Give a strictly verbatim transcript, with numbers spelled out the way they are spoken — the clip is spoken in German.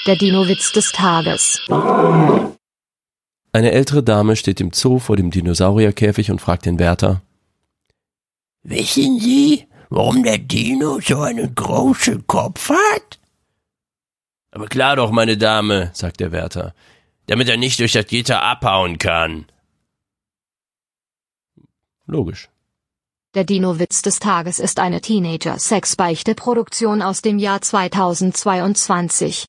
Der Dino-Witz des Tages. Eine ältere Dame steht im Zoo vor dem Dinosaurierkäfig und fragt den Wärter: Wissen Sie, warum der Dino so einen großen Kopf hat? Aber klar doch, meine Dame, sagt der Wärter, damit er nicht durch das Gitter abhauen kann. Logisch. Der Dino-Witz des Tages ist eine Teenager-Sex-Beichte-Produktion aus dem Jahr zweitausendzweiundzwanzig.